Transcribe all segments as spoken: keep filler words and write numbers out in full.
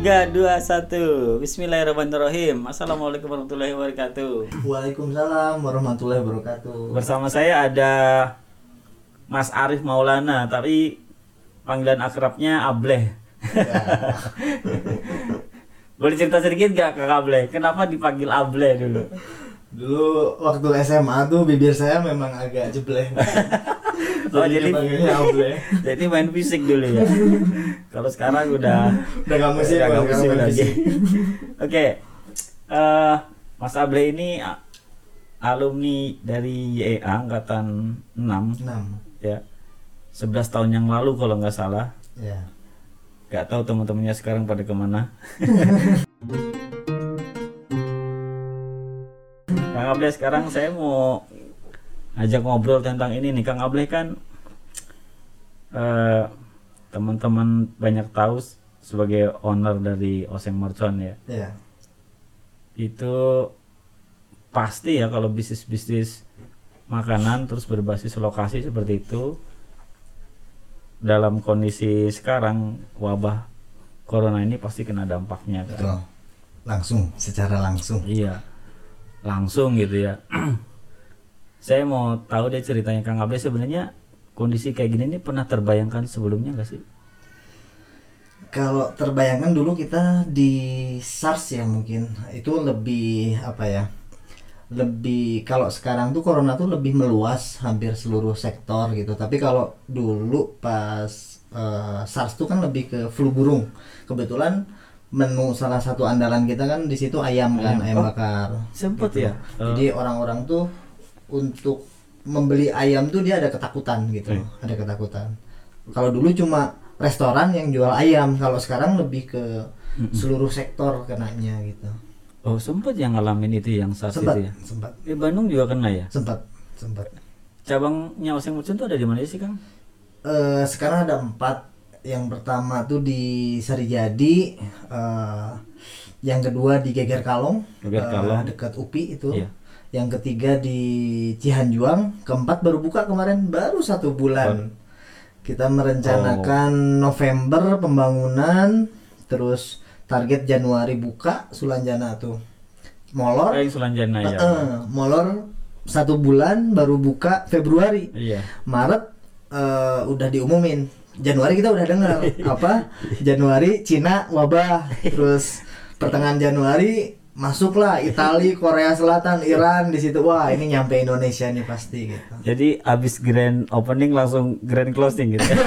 tiga, dua, satu. Bismillahirrahmanirrahim. Assalamualaikum warahmatullahi wabarakatuh. Waalaikumsalam warahmatullahi wabarakatuh. Bersama saya ada Mas Arif Maulana, tapi panggilan akrabnya Ableh. Ya. Boleh cerita sedikit gak ke Ableh? Kenapa dipanggil Ableh dulu? Dulu waktu S M A tuh bibir saya memang agak jebleh. Oh, jadi panggilnya Ableh. Jadi main fisik dulu ya. Kalau sekarang udah Udah gak musik, udah nggak Mas, musik main lagi. fisik. Oke, eh, Mas Ableh ini a- alumni dari Y E A angkatan enam enam. ya. sebelas tahun yang lalu kalau nggak salah. Ya. Gak tahu teman-temannya sekarang pada kemana. Kang Ableh, sekarang saya mau ajak ngobrol tentang ini nih. Kang Ableh kan eh, teman-teman banyak tahu sebagai owner dari Oseng Mercon ya. Ya. Itu pasti ya kalau bisnis-bisnis makanan terus berbasis lokasi seperti itu, dalam kondisi sekarang wabah corona ini pasti kena dampaknya kan. Betul. Langsung, secara langsung. Iya, langsung gitu ya. Saya mau tahu deh ceritanya Kang Ableh, sebenarnya kondisi kayak gini ini pernah terbayangkan sebelumnya nggak sih? Kalau terbayangkan dulu kita di SARS ya mungkin itu lebih apa ya? Lebih kalau sekarang tuh corona tuh lebih meluas hampir seluruh sektor gitu. Tapi kalau dulu pas uh, SARS tuh kan lebih ke flu burung. Kebetulan menu salah satu andalan kita kan di situ ayam kan, Ayam. ayam Oh, bakar. sempet gitu. ya? Oh. Jadi orang-orang tuh untuk membeli ayam tuh dia ada ketakutan gitu. Hmm. Ada ketakutan. Kalau dulu cuma restoran yang jual ayam, kalau sekarang lebih ke seluruh sektor kenanya gitu. Oh, sempat yang ngalamin itu yang SARS Sempat, itu ya? sempat, Di Bandung juga kena ya? sempat, sempat. Cabangnya Oseng Mercon itu ada di mana sih Kang? Eh, sekarang ada empat. Yang pertama tuh di Sarijadi, eh, yang kedua di Geger Kalong, Geger eh, Kalong. dekat U P I itu. Iya. Yang ketiga di Cihanjuang, keempat baru buka kemarin, baru satu bulan. Kita merencanakan November pembangunan, terus target Januari buka Sulanjana tuh. Molor, Kayak Sulanjana ya. eh, molor satu bulan baru buka Februari. Iya. Maret eh, udah diumumin. Januari kita udah dengar apa? Januari Cina wabah, terus pertengahan Januari masuklah Italia, Korea Selatan, Iran di situ. Wah, ini nyampe Indonesia nih pasti gitu. Jadi abis grand opening langsung grand closing gitu.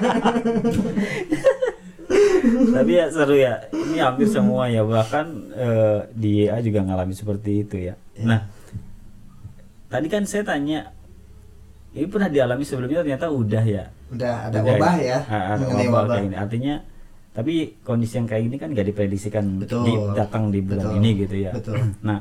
Tapi ya seru ya. Ini hampir semua ya, bahkan eh, di Y E A juga ngalami seperti itu ya. Nah, tadi kan saya tanya, ini pernah dialami sebelumnya, ternyata udah ya. Udah ada Udah wabah ya, Ah, ah, mengenai wabah wabah. kayak gini. Artinya, tapi kondisi yang kayak gini kan nggak diprediksikan Betul. di, datang di bulan Betul. ini gitu ya. Betul. Nah,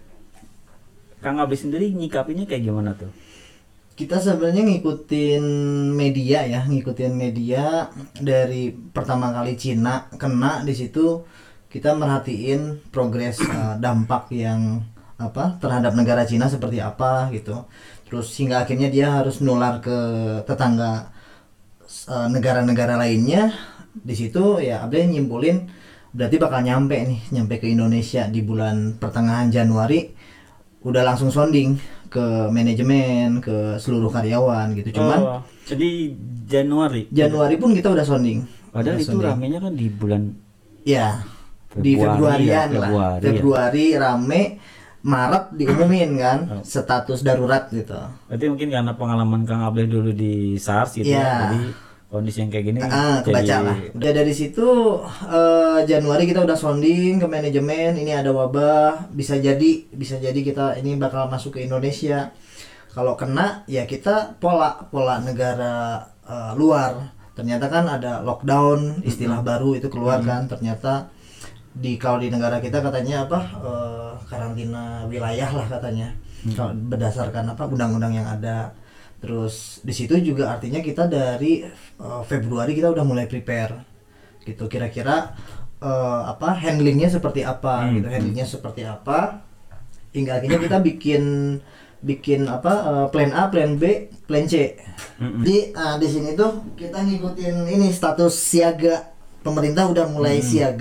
Kang Ableh sendiri nyikapinya kayak gimana tuh? Kita sebenarnya ngikutin media ya, ngikutin media dari pertama kali Cina kena di situ, kita merhatiin progres uh, dampak yang apa terhadap negara Cina seperti apa gitu. Terus hingga akhirnya dia harus nular ke tetangga uh, negara-negara lainnya. Di situ ya Ableh nyimpulin berarti bakal nyampe nih, nyampe ke Indonesia di bulan pertengahan Januari. Udah langsung sounding ke manajemen, ke seluruh karyawan gitu. Cuman Oh, jadi Januari. Januari pun kita udah sounding. Padahal Udah itu sounding. ramenya kan di bulan Ya, di Februari ya, Februarian lah. Februari ya. Februari rame, Maret diumumin kan Oh. status darurat gitu. Berarti mungkin karena pengalaman Kang Ableh dulu di SARS gitu Iya. ya. Jadi kondisi yang kayak gini Ah, kebaca jadi lah. Udah dari situ eh, Januari kita udah sounding ke manajemen, ini ada wabah, bisa jadi bisa jadi kita ini bakal masuk ke Indonesia. Kalau kena ya kita pola pola negara eh, luar. Ternyata kan ada lockdown, istilah baru itu keluar kan. Ternyata di kalau di negara kita katanya apa eh, karantina wilayah lah katanya. Kalau berdasarkan apa undang-undang yang ada. Terus di situ juga artinya kita dari uh, Februari kita udah mulai prepare gitu, kira-kira uh, apa handlingnya seperti apa hmm. gitu, handlingnya seperti apa hingga akhirnya kita bikin bikin apa uh, plan A, plan B, plan C. Mm-hmm. Di uh, di sini tuh kita ngikutin ini status siaga, pemerintah udah mulai mm. siaga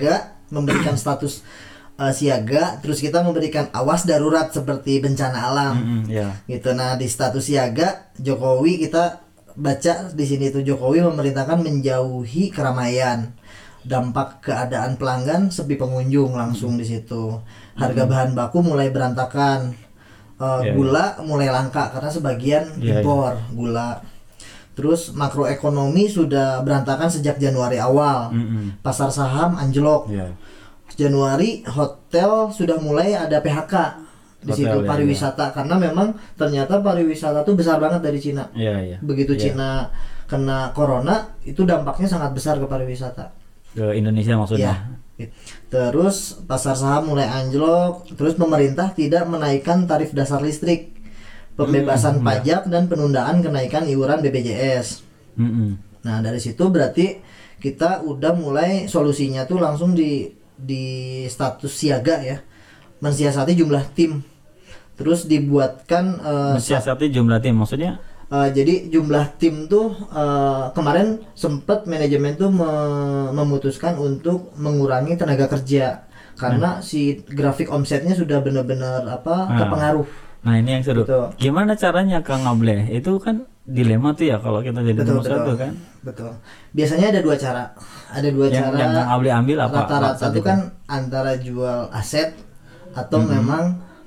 memberikan status uh, siaga, terus kita memberikan awas darurat seperti bencana alam. Mm-hmm, yeah. Gitu. Nah, di status siaga Jokowi kita baca di sini tuh Jokowi memerintahkan menjauhi keramaian. Dampak keadaan pelanggan sepi pengunjung langsung mm-hmm. di situ. Harga mm-hmm. bahan baku mulai berantakan. Uh, yeah, gula yeah. mulai langka karena sebagian yeah, impor yeah. gula. Terus makroekonomi sudah berantakan sejak Januari awal. Mm-hmm. Pasar saham anjlok. Yeah. Januari hotel sudah mulai ada P H K di situ ya, pariwisata ya. Karena memang ternyata pariwisata tuh besar banget dari Cina. Ya, ya. Begitu ya. Cina kena corona itu dampaknya sangat besar ke pariwisata. Ke Indonesia maksudnya. Ya. Terus pasar saham mulai anjlok. Terus pemerintah tidak menaikkan tarif dasar listrik, pembebasan hmm, pajak ya. Dan penundaan kenaikan iuran B P J S. Hmm. Nah dari situ berarti kita udah mulai solusinya tuh langsung di di status siaga ya, mensiasati jumlah tim, terus dibuatkan uh, mensiasati jumlah tim maksudnya uh, jadi jumlah tim tuh uh, kemarin sempat manajemen tuh me- memutuskan untuk mengurangi tenaga kerja karena hmm. si grafik omsetnya sudah benar-benar apa nah. terpengaruh. Nah ini yang seru. Betul. Gimana caranya Kang Ableh? Itu kan dilema tuh ya kalau kita jadi nomor satu kan. Betul. Biasanya ada dua cara. Ada dua yang, cara. Yang Kang Ableh ambil apa? Rata-rata itu kan antara jual aset atau mm-hmm. memang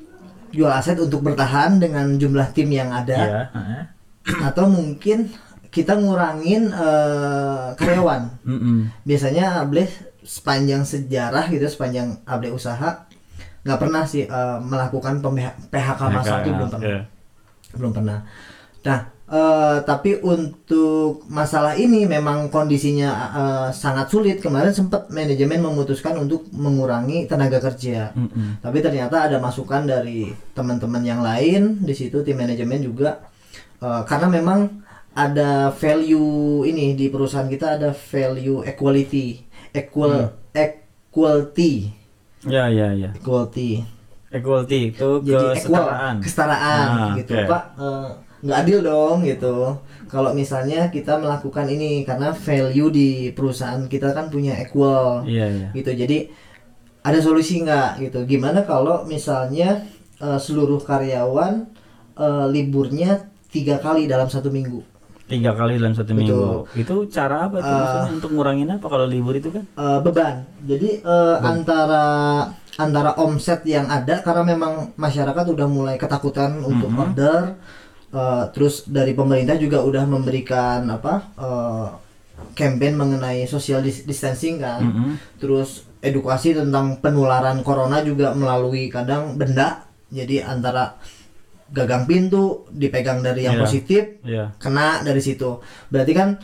jual aset untuk bertahan dengan jumlah tim yang ada. Yeah. Uh-huh. Atau mungkin kita ngurangin uh, karyawan. Mm-hmm. Biasanya Ableh sepanjang sejarah gitu, sepanjang Ableh usaha nggak pernah sih uh, melakukan P H K massal itu belum pernah. Yeah. Belum pernah. Nah, uh, tapi untuk masalah ini memang kondisinya uh, sangat sulit. Kemarin sempat manajemen memutuskan untuk mengurangi tenaga kerja. Mm-hmm. Tapi ternyata ada masukan dari teman-teman yang lain di situ, tim manajemen juga uh, karena memang ada value ini di perusahaan kita, ada value equality, equal mm. equality. Ya ya ya. Equality. Equality itu kesetaraan. Kesetaraan ah, gitu, okay. Pak. Uh, nggak adil dong gitu. Kalau misalnya kita melakukan ini karena value di perusahaan kita kan punya equal. Iya iya. Gitu. Jadi ada solusi nggak gitu? Gimana kalau misalnya uh, seluruh karyawan uh, liburnya tiga kali dalam satu minggu? Tiga kali dalam satu Betul. minggu. Itu cara apa tuh uh, maksudnya untuk ngurangin apa kalau libur itu kan? Uh, beban. Jadi uh, antara antara omset yang ada karena memang masyarakat udah mulai ketakutan mm-hmm. untuk order, uh, terus dari pemerintah juga udah memberikan apa uh, campaign mengenai social distancing kan, mm-hmm. terus edukasi tentang penularan corona juga melalui kadang benda. Jadi antara gagang pintu dipegang dari yang yeah. positif, yeah. kena dari situ. Berarti kan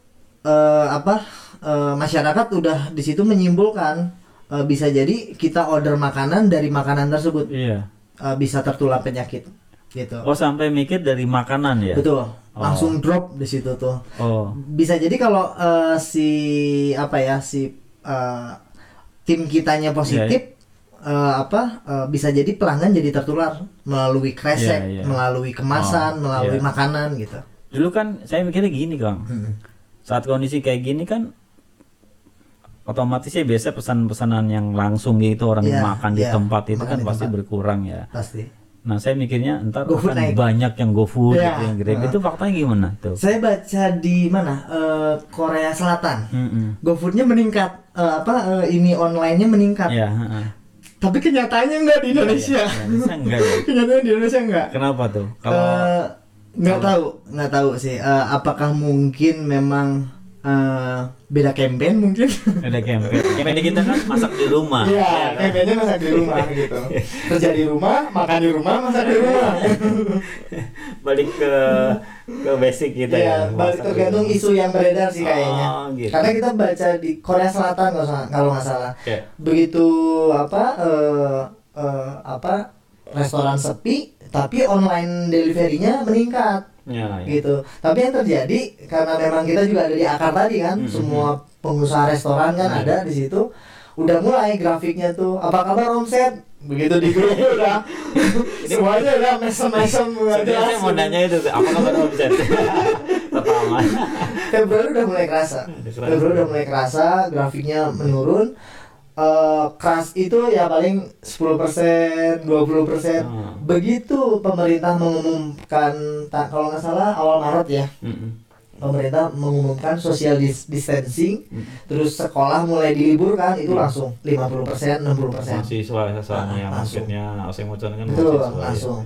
uh, apa uh, masyarakat udah di situ menyimpulkan uh, bisa jadi kita order makanan dari makanan tersebut, yeah. uh, bisa tertular penyakit. Gitu. Oh sampai mikir dari makanan ya? Betul. Oh. Langsung drop di situ tuh. Oh. Bisa jadi kalau uh, si apa ya si uh, tim kitanya positif. Yeah, yeah. Uh, apa uh, bisa jadi pelanggan jadi tertular melalui kresek, yeah, yeah. melalui kemasan, oh, melalui yeah. makanan gitu. Dulu kan saya mikirnya gini Kang, hmm. saat kondisi kayak gini kan otomatis ya biasa pesan-pesanan yang langsung gitu orang yeah, makan yeah. di tempat itu makan kan pasti tempat. berkurang ya. Pasti. Nah saya mikirnya ntar akan banyak yang GoFood yeah. gitu, yang Grab uh. itu faktanya gimana tuh? Saya baca di mana uh, Korea Selatan, mm-hmm. GoFoodnya meningkat, uh, apa uh, ini online-nya meningkat. Yeah, uh-uh. Tapi kenyataannya enggak di Indonesia. Ya, ya. Enggak ya. Kenyataannya di Indonesia enggak. Kenapa tuh? Kalau uh, enggak kalau... tahu, enggak tahu sih. Uh, apakah mungkin memang uh, beda campaign mungkin? Beda campaign. Campaign kita kan masak di rumah. Iya, ya, campaignnya masak di rumah gitu. Kerja di rumah, makan di rumah, masak di rumah. Balik ke ke basic kita ya. Iya, balik tergantung isu yang beredar sih kayaknya. Oh, gitu. Karena kita baca di Korea Selatan kalau nggak salah. Yeah. Begitu apa uh, uh, apa restoran sepi, tapi online delivery-nya meningkat. Ya, ya. Gitu. Tapi yang terjadi karena memang kita juga ada di akar tadi kan, mm-hmm. semua pengusaha restoran kan mm-hmm. ada di situ. Udah mulai grafiknya tuh, apa kabar omset? Begitu di grup udah semuanya udah mesem-mesem. Saya mau nanya itu, apa kabar omset? Pertama. Februari udah mulai kerasa. Februari udah mulai kerasa, grafiknya menurun. uh, keras itu ya paling sepuluh persen, dua puluh persen. Hmm. Begitu pemerintah mengumumkan, tak, kalau nggak salah awal Maret ya, Mm-mm. pemerintah mengumumkan social dis- distancing, Mm. terus sekolah mulai diliburkan, itu langsung lima puluh persen, enam puluh persen. Mahasiswa sama Nah, yang langsung. maksudnya oseng mocan kan Betul, mahasiswa, ya. langsung.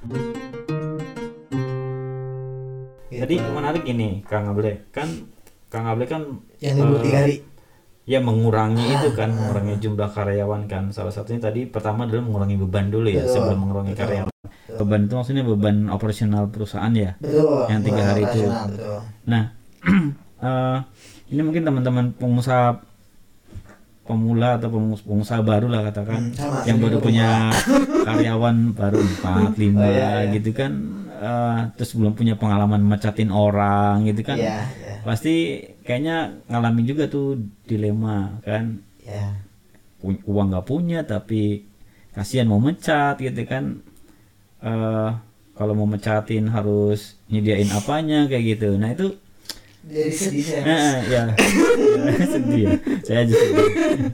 Jadi Gitu. menarik ini Kang Able kan Kang Able kan Yang libur eh, tiga hari. ya mengurangi Ah, itu kan ah. mengurangi jumlah karyawan kan salah satunya tadi pertama adalah mengurangi beban dulu ya Betul, sebelum mengurangi betul, karyawan. betul. Beban itu maksudnya beban operasional perusahaan ya. Betul. Yang tiga hari itu. operasional, betul. Nah, eh, ini mungkin teman-teman pengusaha pemula atau pengus- pengusaha baru lah katakan Hmm, sama, yang sering baru ke punya karyawan baru empat lima Oh, iya, iya. gitu kan eh, terus belum punya pengalaman mecatin orang gitu kan Iya, iya. pasti kayaknya ngalamin juga tuh dilema kan Ya. pu- uang nggak punya tapi kasihan mau mecat gitu kan eh kalau mau mecatin harus nyediain apanya kayak gitu nah itu Jadi sedih saya. eh, ya, ya sedih ya saya aja sedih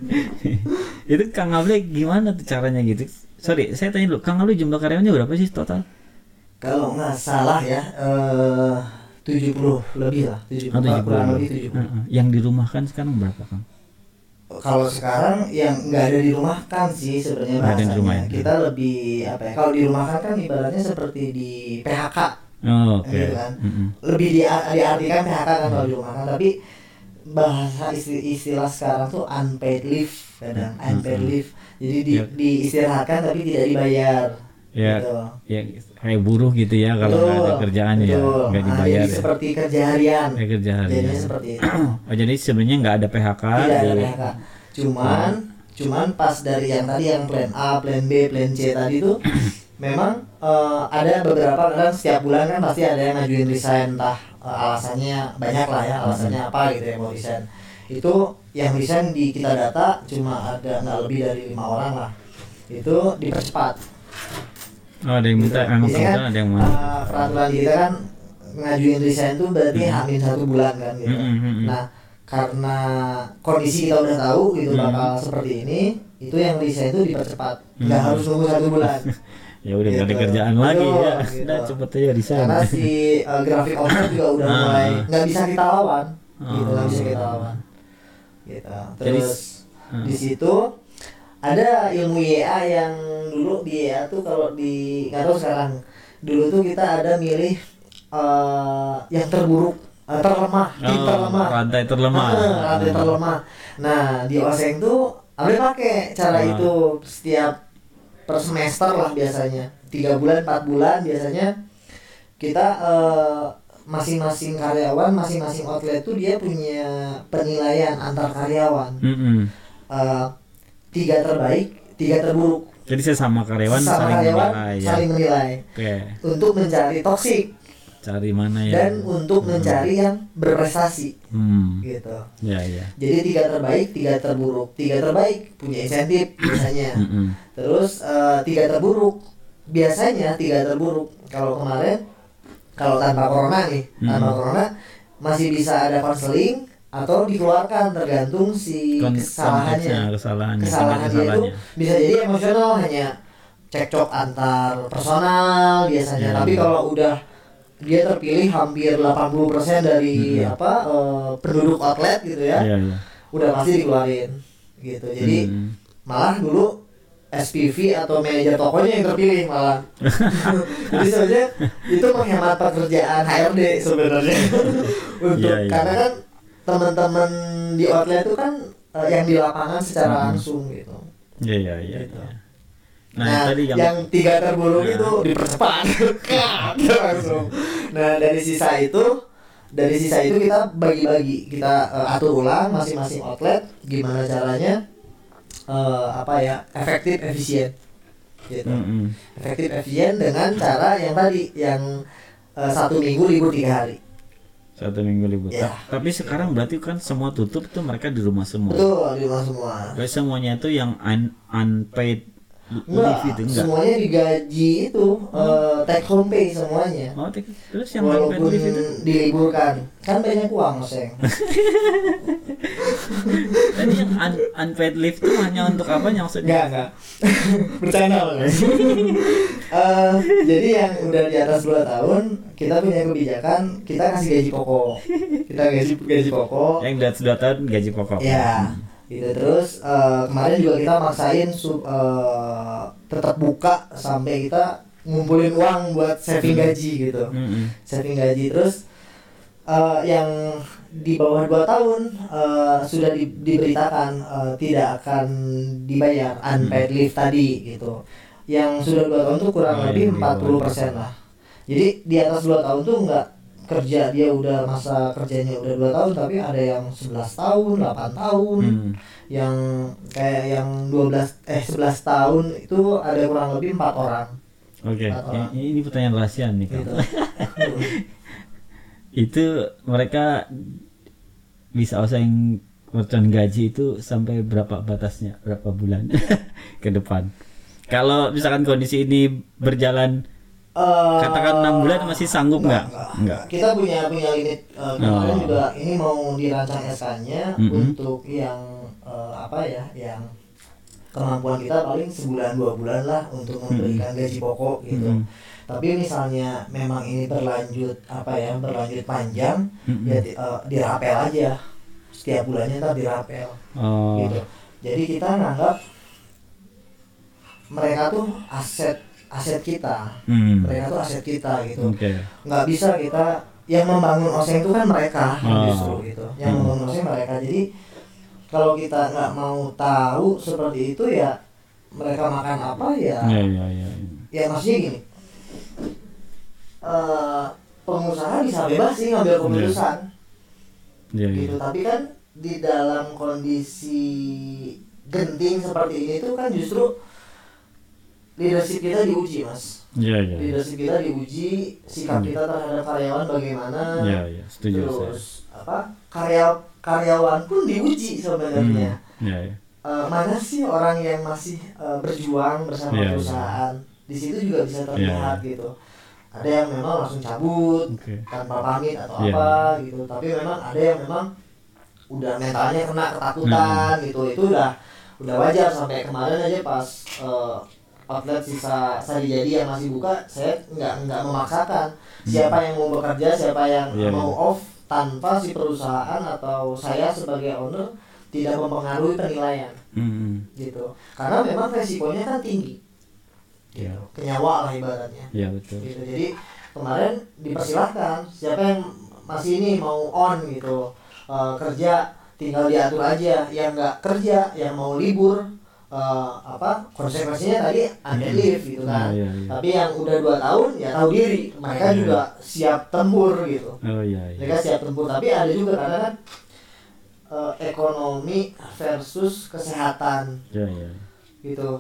itu Kang Able gimana tuh caranya gitu sorry saya tanya dulu Kang Able jumlah karyawannya berapa sih total Kalau nggak salah ya, eh tujuh puluh lebih lah, tujuh Oh, puluh, tujuh puluh. kurang lebih tujuh puluh. Heeh. Yang dirumahkan sekarang berapa Kang? Kalau sekarang yang nggak ada di rumah kan sih sebenarnya Nggak ada di bahasanya. rumah ya? Kita lebih apa ya? Kalau di rumah kan ibaratnya seperti di P H K, Oh, oke. gitu kan. Mm-mm. Lebih di, diartikan P H K kan kalau di rumah kan. Tapi bahasa isti- istilah sekarang tuh unpaid leave, kadang unpaid leave. Jadi di, Ya. diistirahatkan tapi tidak dibayar. Ya, Gitu. ya kayak buruh gitu ya kalau nggak ada Betul, kerjaan ya betul. nggak Nah, dibayar jadi ya. seperti kerja harian. Kayak kerja harian. Jadinya seperti itu. Oh, jadi sebenarnya nggak ada P H K. Tidak ada di- P H K. Cuman cuman pas dari yang tadi yang plan A, plan B, plan C tadi tuh memang eh, ada beberapa kadang setiap bulan kan pasti ada yang ngajuin resign entah eh, alasannya banyak lah ya, alasannya apa gitu yang mau resign. Itu yang resign di kita data cuma ada nggak lebih dari lima orang lah. Itu dipercepat. Oh, ada yang minta, Gitu. emang Biasanya kebetulan kan, ada yang mau. eh, peraturan kita kan ngajuin resign tuh berarti Hmm. hamil satu bulan kan gitu. Hmm, hmm, hmm. Nah karena kondisi kita udah tahu gitu Hmm. bakal seperti ini, itu yang resign itu dipercepat, nggak Hmm. harus nunggu satu bulan. Ya udah nggak ada Gitu. kerjaan Betul, lagi ya. gitu. Udah cepet aja resign. Karena si uh, grafik offset juga udah Ah. mulai nggak bisa kita lawan, gitu Ah. nggak bisa kita lawan. Gitu. Jadi, Terus ah. di situ ada ilmu Y A yang dulu di Y A tuh kalau di nggak tahu sekarang, dulu tuh kita ada milih uh, yang terburuk, uh, terlemah, tim Oh, terlemah. rantai terlemah. Ah, rantai terlemah. Nah di Oseng tuh Abe pakai cara Ah. itu setiap per semester lah biasanya tiga bulan empat bulan biasanya kita eh, masing-masing karyawan masing-masing outlet tuh dia punya penilaian antar karyawan Mm-mm. Eh, tiga terbaik tiga terburuk Jadi saya sama karyawan sama saling karyawan menilai ya. saling menilai Oke, untuk mencari toksik cari mana ya? dan untuk mencari yang berprestasi Hmm. gitu. Ya ya. Jadi tiga terbaik, tiga terburuk. Tiga terbaik punya insentif biasanya. Mm-mm. Terus eh, tiga terburuk biasanya tiga terburuk. Kalau kemarin, kalau tanpa corona nih, tanpa Hmm. corona masih bisa ada konseling atau dikeluarkan tergantung si Kon- kesalahannya. konteksnya, kesalahannya, Kesalahannya tingkat itu bisa jadi emosional hanya cekcok antar personal biasanya. Ya, Tapi ya. kalau udah dia terpilih hampir delapan puluh persen dari Hmm. apa eh, penduduk outlet gitu ya, Iya iya. udah pasti dikeluarin gitu. Jadi Hmm. malah dulu S P V atau manajer tokonya yang terpilih malah. Jadi sebenarnya itu menghemat pekerjaan H R D sebenarnya. Untuk Iya, iya. karena kan teman-teman di outlet itu kan eh, yang di lapangan secara Hmm. langsung gitu. Iya iya iya. Gitu. iya. Nah, Nah, tadi yang, yang tiga terburuk Nah. itu dipercepat Kat, langsung. Nah dari sisa itu, dari sisa itu kita bagi-bagi, kita eh, atur ulang masing-masing outlet gimana caranya eh, apa ya efektif efisien, gitu. Mm-mm. Efektif efisien dengan cara yang tadi yang eh, satu minggu libur tiga hari. satu minggu libur. Iya. Ta- Tapi sekarang berarti kan semua tutup tuh mereka di rumah semua. Betul di rumah semua. Berarti semuanya itu yang un- unpaid Enggak, Lift itu enggak. semuanya digaji itu uh, take home pay semuanya. Oh, tek- terus yang unpaid Walaupun leave itu diliburkan, kan banyak uang Oseng. tadi yang un- unpaid leave itu hanya untuk apa maksudnya? Enggak, enggak. Bercanda loh. Uh, jadi yang udah di atas dua tahun, kita punya kebijakan, kita kasih gaji pokok. Kita gaji gaji pokok. Yang udah dua tahun gaji pokok. Ya. Gitu terus uh, kemarin juga kita maksain sub, uh, tetap buka sampai kita ngumpulin uang buat saving gaji gitu. Mm-hmm. Saving gaji terus uh, yang di bawah dua tahun uh, sudah di, diberitakan uh, tidak akan dibayar unpaid leave tadi gitu. Yang sudah dua tahun tuh kurang oh, lebih empat puluh persen lah. Jadi di atas dua tahun tuh enggak kerja, dia udah masa kerjanya udah dua tahun tapi ada yang sebelas tahun, delapan tahun. Hmm. Yang kayak yang dua belas eh sebelas tahun itu ada kurang lebih empat orang. Oke. Okay. Ini, ini pertanyaan rahasia nih kan. Gitu. Itu mereka bisa oseng mercon gaji itu sampai berapa batasnya? Berapa bulan ke depan? Kalau misalkan kondisi ini berjalan Uh, katakan enam bulan masih sanggup nggak? Enggak, enggak. Kita punya punya limit uh, kemarin oh. juga ini mau dirancang S K-nya mm-hmm. untuk yang uh, apa ya, yang kemampuan kita paling sebulan dua bulan lah untuk memberikan mm-hmm. gaji pokok gitu. Mm-hmm. Tapi misalnya memang ini berlanjut apa ya, berlanjut panjang, mm-hmm. ya uh, dirapel aja setiap bulannya ntar dirapel oh. gitu. Jadi kita nganggap mereka tuh aset aset kita, hmm. mereka tuh aset kita gitu, okay. nggak bisa kita yang membangun Oseng itu kan mereka oh. justru gitu, yang hmm. membangun Oseng mereka. Jadi kalau kita nggak mau tahu seperti itu ya mereka makan apa ya, ya, ya, ya, ya. ya maksudnya gini, uh, pengusaha bisa bebas sih ngambil keputusan, yeah. Yeah, gitu, yeah. Tapi kan di dalam kondisi genting seperti ini tuh kan justru leadership kita diuji mas, yeah, yeah. leadership kita diuji, sikap kita terhadap karyawan bagaimana, yeah, yeah. Setuju, terus saya. apa karya karyawan pun diuji sebenarnya, hmm. yeah, yeah. Uh, mana sih orang yang masih uh, berjuang bersama yeah, perusahaan, yeah. di situ juga bisa terlihat yeah. gitu, ada yang memang langsung cabut okay. tanpa pamit atau yeah. apa gitu, tapi memang ada yang memang udah mentalnya kena ketakutan hmm. gitu, itu udah udah wajar. Sampai kemarin aja pas uh, outlet sisa sari jadi yang masih buka, saya nggak nggak memaksakan siapa yang mau bekerja, siapa yang yeah, mau yeah. off tanpa si perusahaan atau saya sebagai owner tidak mempengaruhi penilaian, mm-hmm. gitu. Karena memang resikonya kan tinggi, gitu. Yeah. Kenyawa lah ibaratnya. Yeah, betul. Gitu. Jadi kemarin dipersilahkan siapa yang masih ini mau on gitu, uh, kerja tinggal diatur aja, yang nggak kerja, yang mau libur. Uh, apa konsekuensinya tadi unpaid leave gitu kan, oh, iya, iya. Tapi yang udah dua tahun ya tahu diri, mereka oh, iya. juga siap tempur gitu, oh, iya, iya. mereka siap tempur. Tapi ada juga karena kan uh, ekonomi versus kesehatan, yeah, yeah. gitu.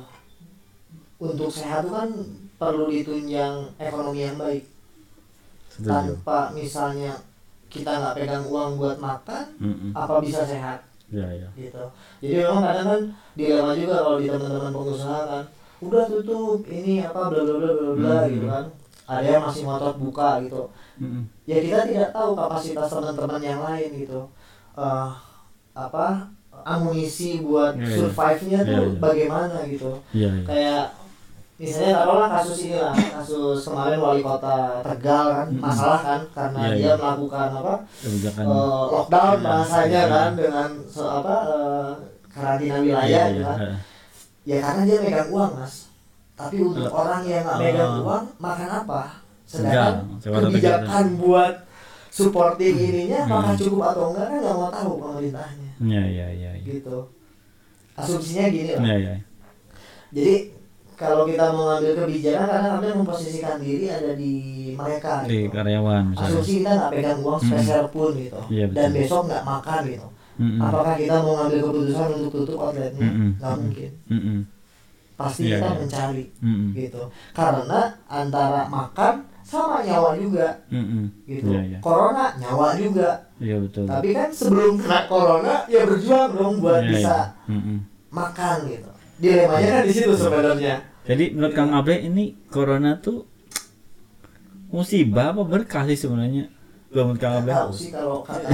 Untuk sehat itu kan perlu ditunjang ekonomi yang baik. Setuju. Tanpa misalnya kita nggak pegang uang buat makan, mm-mm. apa bisa sehat? Ya, ya. Gitu. Jadi memang kadang kan dilema juga kalau di teman-teman pengusaha kan, udah tutup ini apa bla bla bla bla bla hmm. gitu kan. Ada yang masih ngotot buka gitu. Hmm. Ya kita tidak tahu kapasitas teman-teman yang lain gitu. Uh, apa amunisi buat yeah, survive-nya yeah. tuh yeah, yeah. bagaimana gitu. Yeah, yeah. Kayak misalnya taruhlah kasus ini lah, kasus kemarin wali kota Tegal kan, mm-hmm. masalah kan karena yeah, dia yeah. melakukan apa uh, lockdown bahasanya yeah, kan yeah. dengan so, apa uh, karantina wilayah yeah, gitu kan. Yeah. Ya karena dia megang uang mas, tapi untuk uh, orang yang nggak megang uh, uang makan apa? Sedangkan enggak, kebijakan buat supporting ininya apakah hmm. cukup atau enggak kan nggak mau tahu pemerintahnya. Iya iya iya. Gitu. Asumsinya gini lah. Yeah, yeah. Jadi kalau kita mau ngambil kebijakan karena kami memposisikan diri ada di mereka di gitu. Karyawan misalnya. Asumsi kita nggak pegang uang spesial mm-hmm. pun gitu yeah, dan besok nggak makan gitu, mm-hmm. apakah kita mau ngambil keputusan untuk tutup outletnya? Mm-hmm. Nggak mungkin, mm-hmm. pasti yeah, kita yeah. mencari mm-hmm. gitu, karena antara makan sama nyawa juga, mm-hmm. gitu yeah, yeah. Corona nyawa juga, yeah, betul. Tapi kan sebelum kena corona ya berjuang dong buat yeah, bisa yeah. Mm-hmm. makan gitu. dilemanya kan di situ sebenarnya. Jadi menurut Kang Abe ini corona tuh musibah apa berkah sih sebenarnya? Kalau menurut Kang Abe? Tahu sih kalau kata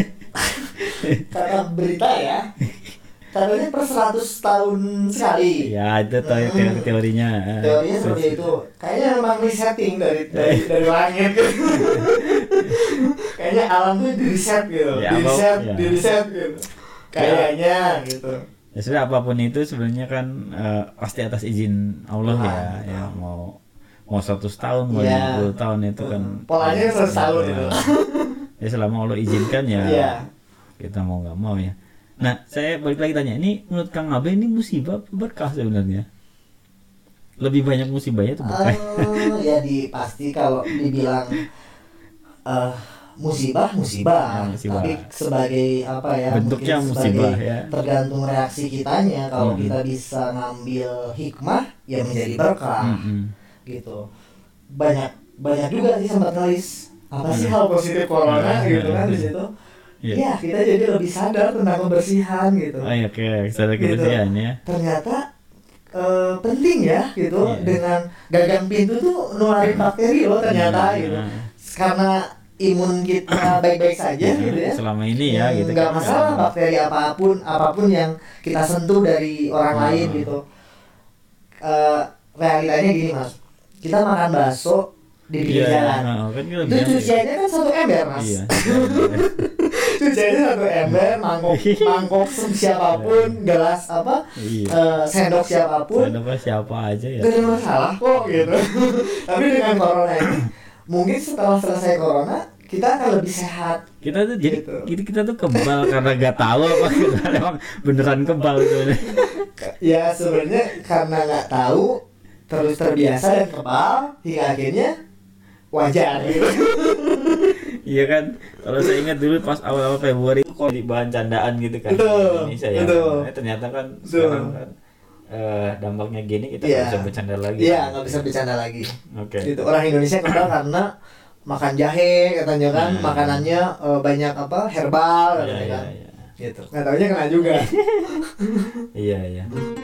kata berita ya. Katanya per seratus tahun sekali. Ya itu teori teori teorinya. Teorinya seperti itu. Kayaknya memang resetting dari dari, dari langit gitu. Kayaknya alam tuh di reset gitu. Ya, di reset, ya. di reset gitu. Kayaknya gitu. Ya sudah apapun itu sebenarnya kan uh, pasti atas izin Allah ya, ya mau mau seratus tahun mau Ya. lima puluh tahun itu kan Polanya seratus tahun itu. Ya selama Allah izinkan ya, Ya. kita mau nggak mau ya. Nah saya balik lagi tanya, ini menurut Kang Abe ini musibah apa berkah sebenarnya? Lebih banyak musibahnya tuh berkah? Uh, ya di pasti kalau dibilang uh, musibah musibah. Ya, musibah. Tapi sebagai apa ya? Bentuknya mungkin musibah, sebagai ya. Tergantung reaksi kitanya. Kalau Hmm. kita bisa ngambil hikmah, ya menjadi berkah. Mm-mm. Gitu. Banyak banyak juga sih sempat nulis apa sih hal positif corona gitu kan di situ. Iya. Ya kita jadi lebih sadar tentang kebersihan gitu. Oh iya, oke, sadar Gitu. kebersihan ya. Ternyata eh, penting ya gitu Iya. dengan gagang pintu tuh nularin bakteri loh ternyata Iya. gitu. Karena imun kita baik-baik saja Iya, gitu ya. selama ini ya gitu nggak kan. masalah bakteri apapun apapun yang kita sentuh dari orang Hmm. lain gitu. Eh, realitanya gini mas, kita makan bakso di pinggir Iya, jalan. nah, kan kita Itu bilang cuciannya kan satu ember mas. Iya. Cuciannya satu ember, mangkok mangkok siapapun, gelas apa, Iya. eh, sendok siapapun, Ada apa siapa aja ya. gak ada masalah kok gitu. Tapi dengan corona ini, mungkin setelah selesai corona kita akan lebih sehat. Kita tuh jadi Gitu. kita, kita tuh kebal karena gak tahu apa kita emang beneran kebal gitu. Ya sebenarnya karena nggak tahu, terus terbiasa dan kebal, hingga akhirnya wajar gitu. Iya kan, kalau saya ingat dulu pas awal-awal Februari itu kok jadi bahan candaan gitu kan. Betul, Di Indonesia ya. betul. Nah, ternyata kan Betul. sekarang kan eh, dampaknya gini kita nggak Iya. bisa bercanda lagi. Iya nggak bisa bercanda lagi. Oke. Gitu. Orang Indonesia kebal karena makan jahe katanya kan, Hmm. makanannya eh, banyak apa herbal Iya, katanya iya, kan. iya. Gitu. Nggak taunya kena juga. Iya, iya.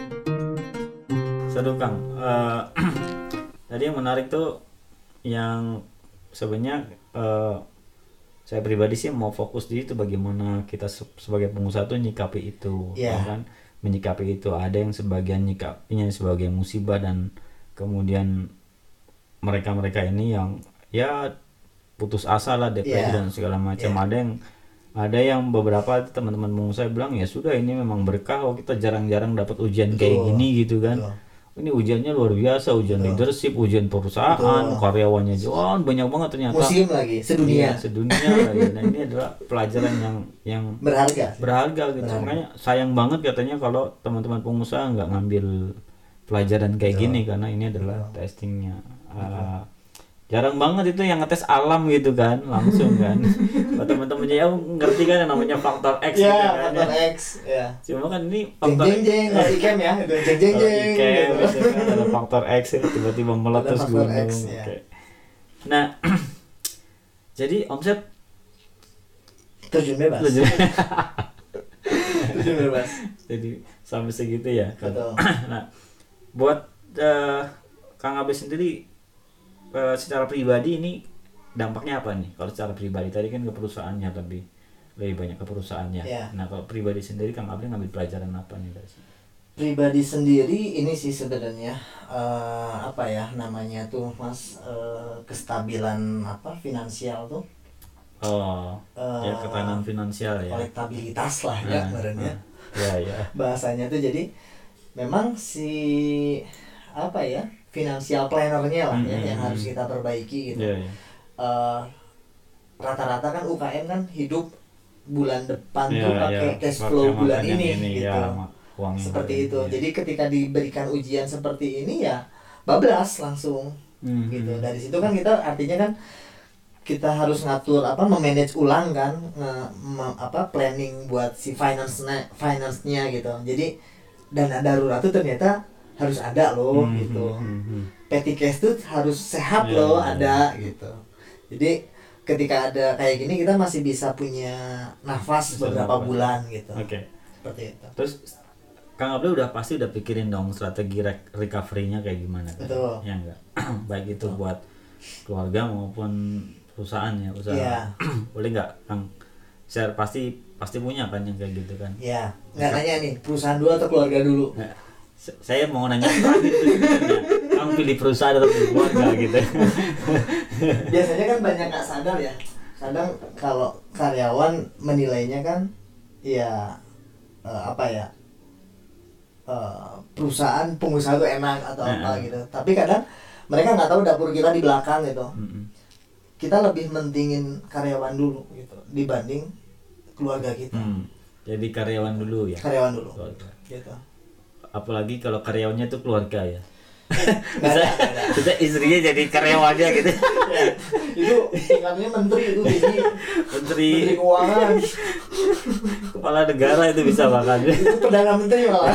Seru Kang. Eh, tadi yang menarik tuh yang sebenarnya eh, saya pribadi sih mau fokus di itu bagaimana kita se- sebagai pengusaha tuh nyikapi itu, Iya. ya kan? Menyikapi itu. Ada yang sebagian nyikapinya sebagai musibah dan kemudian mereka-mereka ini yang ya putus asa lah, depresi Iya. dan segala macam. Iya. Ada yang ada yang beberapa teman-teman pengusaha bilang ya sudah ini memang berkah, oh kita jarang-jarang dapat ujian kayak Betul. gini gitu kan. Betul. Ini ujiannya luar biasa, ujian Betul. leadership, ujian perusahaan, Betul. karyawannya juga banyak banget ternyata. Musim lagi sedunia Iya, sedunia lagi. Nah, ini adalah pelajaran yang yang berharga. berharga gitu. Berharga. Makanya sayang banget katanya kalau teman-teman pengusaha nggak ngambil pelajaran kayak Betul. gini karena ini adalah testingnya. Uh, jarang banget itu yang ngetes alam gitu kan, langsung kan. Kalau teman-temannya ya ngerti kan yang namanya faktor X gitu Ya, kan. faktor ya. X. Ya. Cuma kan ini Jeng faktor jeng jeng, kalau ikem ya, itu jeng jeng kalau jeng. ikem gitu. gitu kan ada faktor X ya, tiba-tiba meletus faktor gunung. X, ya. Oke. Nah, jadi omset Terjun bebas. Terjun. Terjun bebas. jadi sampai segitu ya. Betul. Nah, buat eh, Kang Abe sendiri eh, secara pribadi ini dampaknya apa nih? Kalau secara pribadi tadi kan ke perusahaannya lebih lebih banyak ke perusahaannya. Ya. Nah, kalau pribadi sendiri Kang Abe ngambil pelajaran apa nih dari sini? Pribadi sendiri ini sih sebenarnya eh, apa ya namanya tuh Mas, eh, kestabilan apa finansial tuh, Oh, Eh, ya ketahanan finansial ya. kolektabilitas lah ya Nah, sebenarnya Ya, ya. bahasanya tuh. Jadi memang si apa ya financial planner-nya lah ya Hmm, yang hmm, harus hmm. kita perbaiki gitu. Ya, ya. Eh, rata-rata kan U K M kan hidup bulan depan Ya, tuh pakai ya. cash Pakai flow bulan makan yang ini, gitu. ya, ma- uang yang Seperti hari itu. ini, ya. Jadi ketika diberikan ujian seperti ini ya bablas langsung Hmm, gitu. hmm. Dari situ kan kita artinya kan kita harus ngatur apa memanage ulang kan nge- me- apa planning buat si finance finance-nya gitu. Jadi dana darurat tuh ternyata harus ada loh Hmm, gitu. hmm, hmm, hmm. Petty cash tuh harus sehat Ya, loh ya, ada gitu. Jadi ketika ada kayak gini kita masih bisa punya nafas Bisa beberapa nafas. bulan gitu. Oke. Seperti itu. Terus Kang Abdul udah pasti udah pikirin dong strategi re- recovery-nya kayak gimana kan? Betul. Ya enggak. Baik itu buat keluarga maupun perusahaan ya, usaha. Iya. Boleh nggak Kang? Share pasti pasti punya kan yang kayak gitu kan? Iya. Nggak nanya nih perusahaan dulu atau keluarga dulu? Nah, s- saya mau nanya terakhir tuh sebenarnya. Kang pilih perusahaan atau pilih keluarga gitu? Biasanya kan banyak nggak sadar ya. Kadang kalau karyawan menilainya kan, ya eh, apa ya? eh, perusahaan pengusaha itu enak atau apa Nah. gitu. Tapi kadang mereka nggak tahu dapur kita di belakang gitu. Mm-mm. Kita lebih mentingin karyawan dulu gitu dibanding keluarga kita. Hmm. Jadi karyawan dulu ya. Karyawan dulu. Keluarga. Gitu. Apalagi kalau karyawannya itu keluarga ya. Nggak ada, nggak ada. Kita istrinya jadi karyawannya gitu. Ya, itu tingkatnya menteri itu jadi Menteri menteri keuangan, kepala negara itu bisa bahkan. itu perdana menteri malah.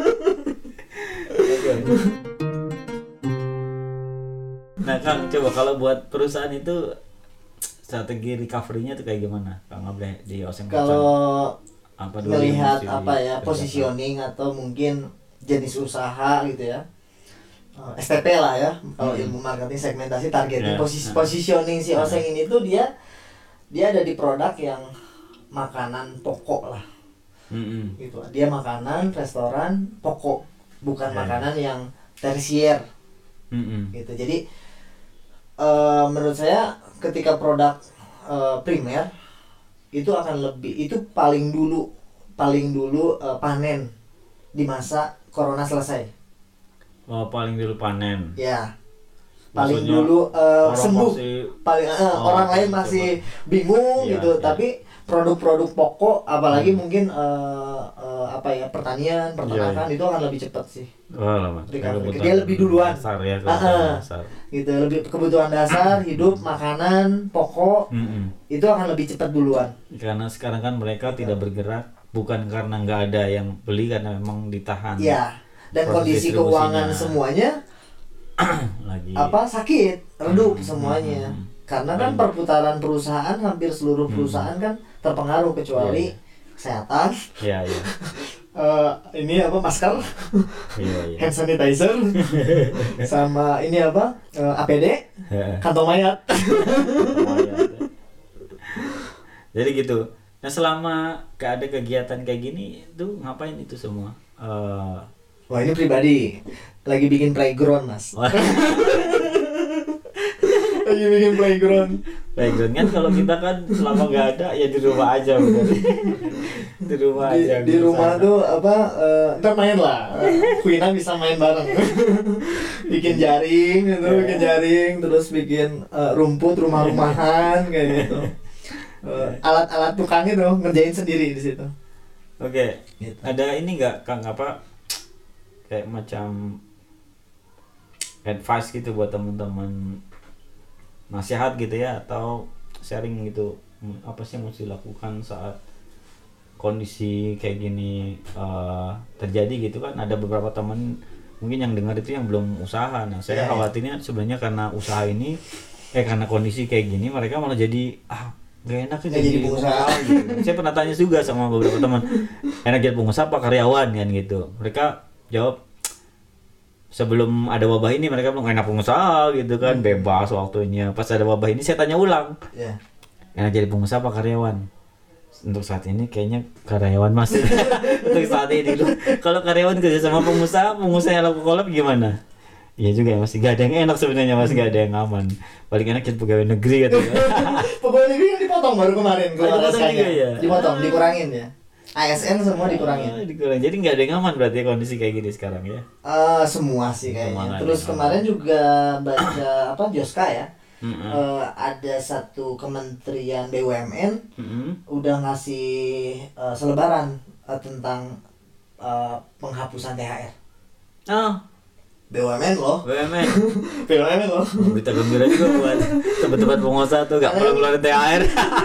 Nah Kang, coba kalau buat perusahaan itu strategi recovery-nya tuh kayak gimana? Kang Abre di Oseng Kalau apa dulu melihat yang mesti apa ya dikerjakan? positioning atau mungkin jenis usaha gitu ya, Eh, S T P lah ya, kalau Hmm. ilmu marketing segmentasi targeting, Ya, posis- nah. positioning si Nah. Oseng ini tuh dia dia ada di produk yang makanan pokok lah Mm-mm. gitu. Dia makanan restoran pokok, bukan Ya. makanan yang tersier Mm-mm. gitu. Jadi eh, menurut saya ketika produk eh, primer itu akan lebih, itu paling dulu paling dulu eh, panen di masa corona selesai Oh, paling dulu panen. ya, paling Maksudnya dulu eh, orang sembuh masih- paling eh, Oh, orang lain coba. masih bingung Iya, gitu iya. tapi produk-produk pokok apalagi Hmm. mungkin eh, eh, apa ya pertanian peternakan Iya, itu akan lebih cepat sih Oh, lama. Recovery. Kebutuhan Dia lebih duluan. Dasar ya, Ah, kebutuhan ah. dasar. gitu. Lebih kebutuhan dasar hidup, makanan pokok Mm-mm. itu akan lebih cepat duluan. Karena sekarang kan mereka tidak bergerak bukan karena nggak ada yang beli, karena memang ditahan. Ya, dan Proses kondisi distribusinya. keuangan semuanya Lagi. apa sakit, redup Hmm, semuanya. hmm, hmm. Karena kan Baik. perputaran perusahaan, hampir seluruh Hmm. perusahaan kan terpengaruh kecuali Iya, kesehatan. Iya, iya. Eh, ini apa masker, Iya, iya. hand sanitizer, sama ini apa eh, A P D, kantong mayat. Jadi gitu. Nah selama gak ada kegiatan kayak gini tuh ngapain itu semua? Eh, Wah ini pribadi, lagi bikin playground mas. wah, Lagi bikin playground. background kan kalau kita kan selama gak ada ya di rumah aja udah. Di rumah Di, aja. di nggak rumah usah. tuh apa? eh, ntar main lah. Kuina bisa main bareng. Bikin jaring gitu, bikin jaring, terus bikin eh, rumput rumah-rumahan kayak gitu. Eh, alat-alat tukang itu ngerjain sendiri di situ. Oke. Gitu. Ada ini nggak Kang apa kayak macam advice gitu buat teman-teman, nasihat gitu ya atau sharing gitu, Hmm, apa sih yang mesti dilakukan saat kondisi kayak gini eh, terjadi gitu kan? Ada beberapa teman mungkin yang dengar itu yang belum usaha. Nah saya Iya, iya. khawatirnya sebenarnya karena usaha ini eh karena kondisi kayak gini mereka malah jadi ah gak enak ya Nggak jadi pengusaha. gitu. Saya pernah tanya juga sama beberapa teman, enak jadi pengusaha apa karyawan kan gitu. Mereka jawab sebelum ada wabah ini mereka bilang enak pengusaha gitu kan, bebas waktunya. Pas ada wabah ini saya tanya ulang, Ya. enak jadi pengusaha apa karyawan? Untuk saat ini kayaknya karyawan mas. Untuk saat ini dulu. Kalau karyawan kerja sama pengusaha, pengusaha yang laku kolab gimana? Iya juga ya, masih gak ada yang enak sebenarnya, masih gak ada yang aman. Paling enak jadi pegawai negeri gitu. Pegawai negeri yang dipotong baru kemarin Oh, dipotong S K-nya. juga ya? Dipotong, dikurangin ya. A S N semua dikurangin. Ah, dikurangin. Jadi nggak ada yang aman berarti kondisi kayak gini sekarang ya. Eh, semua sih Semua kayaknya. nggak Terus ada. kemarin juga baca apa Joska ya. Mm-mm. Eh, ada satu kementerian B U M N Mm-mm. udah ngasih eh, selebaran eh, tentang eh, penghapusan T H R. Oh, B U M N loh. B U M N. B U M N loh. Berita gembira juga buat tempat-tempat pengusaha tuh gak perlu keluarin T H R.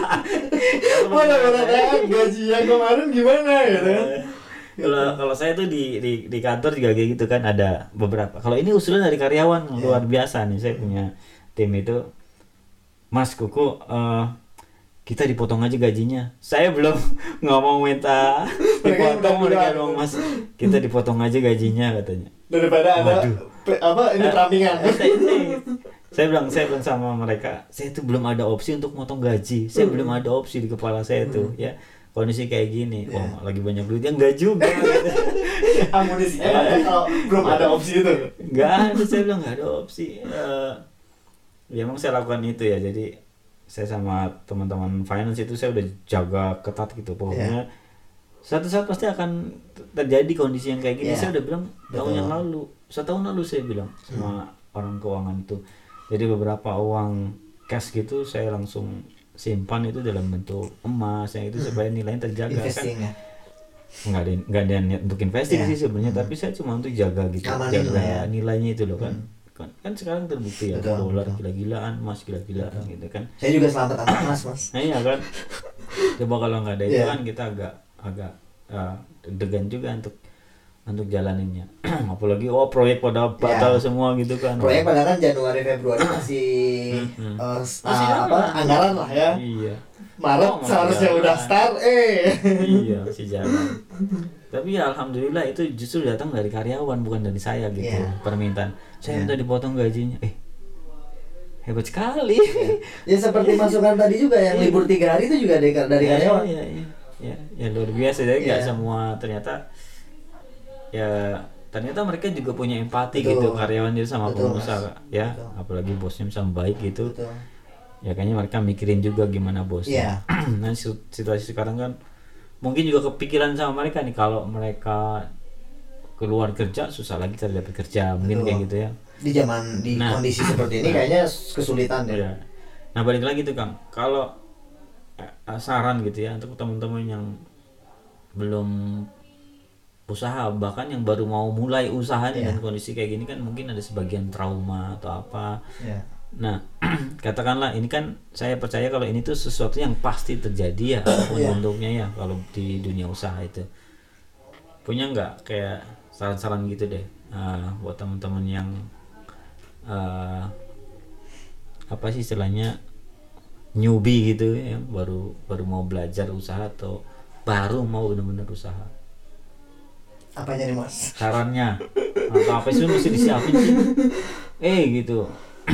Mana mana T H R gajian kemarin gimana gitu kan? Kalau kalau saya tuh di, di di kantor juga kayak gitu kan, ada beberapa. Kalau ini usulan dari karyawan luar biasa nih, saya punya tim itu, Mas Kuku, eh, kita dipotong aja gajinya. Saya belum ngomong minta dipotong, mereka ngomong mas kita dipotong aja gajinya katanya. Daripada ada pe, apa ini perampingan. Saya bilang saya bilang sama mereka, saya itu belum ada opsi untuk motong gaji. Saya hmm. belum ada opsi di kepala saya tuh hmm. ya. Kondisi kayak gini, yeah. oh lagi banyak duit, ya enggak juga. Amunisinya ada kalau belum ada opsi itu. Enggak ada, saya bilang enggak ada opsi. Uh, ya emang saya lakukan itu ya, jadi saya sama teman-teman finance itu saya udah jaga ketat gitu pokoknya. Yeah. Suatu saat pasti akan terjadi kondisi yang kayak gini. Yeah. Saya udah bilang tahun yang lalu, setahun lalu saya bilang sama hmm. orang keuangan itu. Jadi beberapa uang cash gitu saya langsung simpan itu dalam bentuk emas yang itu hmm. supaya nilainya terjaga. Investing, kan. Ya? Nggak ada nggak ada niat untuk investing yeah. sih sebenarnya, hmm. tapi saya cuma untuk jaga gitu, Amanin jaga ya. Nilainya itu loh kan. Hmm. Kan, kan sekarang terbukti ya dolar gila-gilaan, emas gila-gilaan betul. Gitu kan. Saya juga selamat sama emas mas. Nah iya kan. Coba kalau nggak ada itu yeah. kan kita agak agak uh, deg-degan juga untuk untuk jalaninnya. Apalagi oh proyek pada batal yeah. semua gitu kan. Proyek padahal kan Januari Februari masih hmm. uh, masih uh, apa anggaran lah ya. Iya. Maret oh, seharusnya udah start eh. Iya masih jalan. Tapi ya alhamdulillah itu justru datang dari karyawan bukan dari saya gitu yeah. permintaan. Saya yeah. minta dipotong gajinya. Eh hebat sekali. Yeah. Ya seperti masukan tadi juga yang libur tiga hari itu juga dari dari yeah, karyawan. Iya iya iya. Ya luar biasa jadi nggak yeah. semua ternyata ya ternyata mereka juga punya empati betul. Gitu karyawan itu sama betul, pengusaha ya betul. Apalagi bosnya sama baik gitu. Betul. Ya kayaknya mereka mikirin juga gimana bosnya. Yeah. Nah situasi sekarang kan mungkin juga kepikiran sama mereka nih kalau mereka keluar kerja susah lagi cari dapat kerja mungkin betul. Kayak gitu ya di zaman di nah, kondisi seperti ini kayaknya kesulitan ya. Ya. Nah balik lagi tuh Kang, kalau eh, saran gitu ya untuk teman-teman yang belum usaha bahkan yang baru mau mulai usahanya yeah. dan kondisi kayak gini kan mungkin ada sebagian trauma atau apa. Yeah. Nah, katakanlah ini kan saya percaya kalau ini tuh sesuatu yang pasti terjadi ya, yeah. bentuknya ya kalau di dunia usaha itu. Punya nggak kayak saran-saran gitu deh uh, buat teman-teman yang uh, apa sih istilahnya newbie gitu ya, baru baru mau belajar usaha atau baru mau benar-benar usaha. Apanya nih Mas? Sarannya atau apa sih mesti disiapin sih? Eh gitu.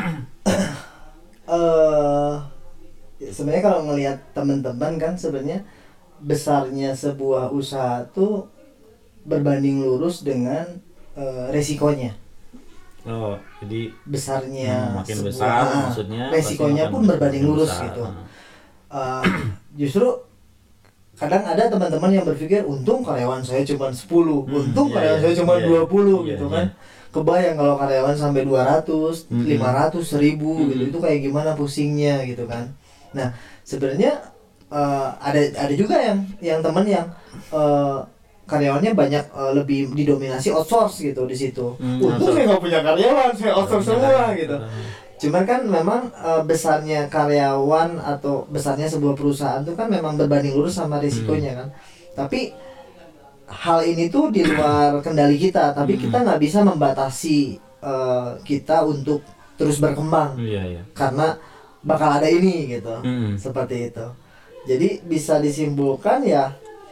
uh, sebenarnya kalau ngelihat teman-teman kan sebenarnya besarnya sebuah usaha tuh berbanding lurus dengan uh, resikonya. Oh, jadi besarnya hmm, makin sebuah, besar uh, maksudnya resikonya pun berbanding lurus besar. Gitu. Uh, justru kadang ada teman-teman yang berpikir untung karyawan saya cuma sepuluh, hmm, untung iya, karyawan iya, saya cuma iya, dua puluh iya, gitu iya, kan. Iya. Kebayang kalau karyawan sampai dua ratus, mm-hmm. lima ratus, seribu mm-hmm. gitu, itu kayak gimana pusingnya gitu kan. Nah, sebenarnya uh, ada ada juga yang yang teman yang uh, karyawannya banyak uh, lebih didominasi outsource gitu di situ. Mm, untung saya nggak punya karyawan, saya outsource semua gitu. Cuman kan memang uh, besarnya karyawan atau besarnya sebuah perusahaan itu kan memang berbanding lurus sama risikonya mm. kan. Tapi hal ini tuh di luar kendali kita, tapi hmm. kita nggak bisa membatasi uh, kita untuk terus berkembang, iya, iya. karena bakal ada ini gitu, hmm. seperti itu. Jadi bisa disimpulkan ya,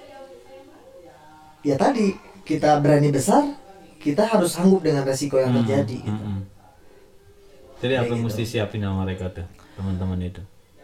ya tadi kita berani besar, kita harus sanggup dengan resiko yang terjadi. Hmm. Gitu. Hmm. Jadi apa yang gitu. Mesti siapin sama mereka tuh, teman-teman itu?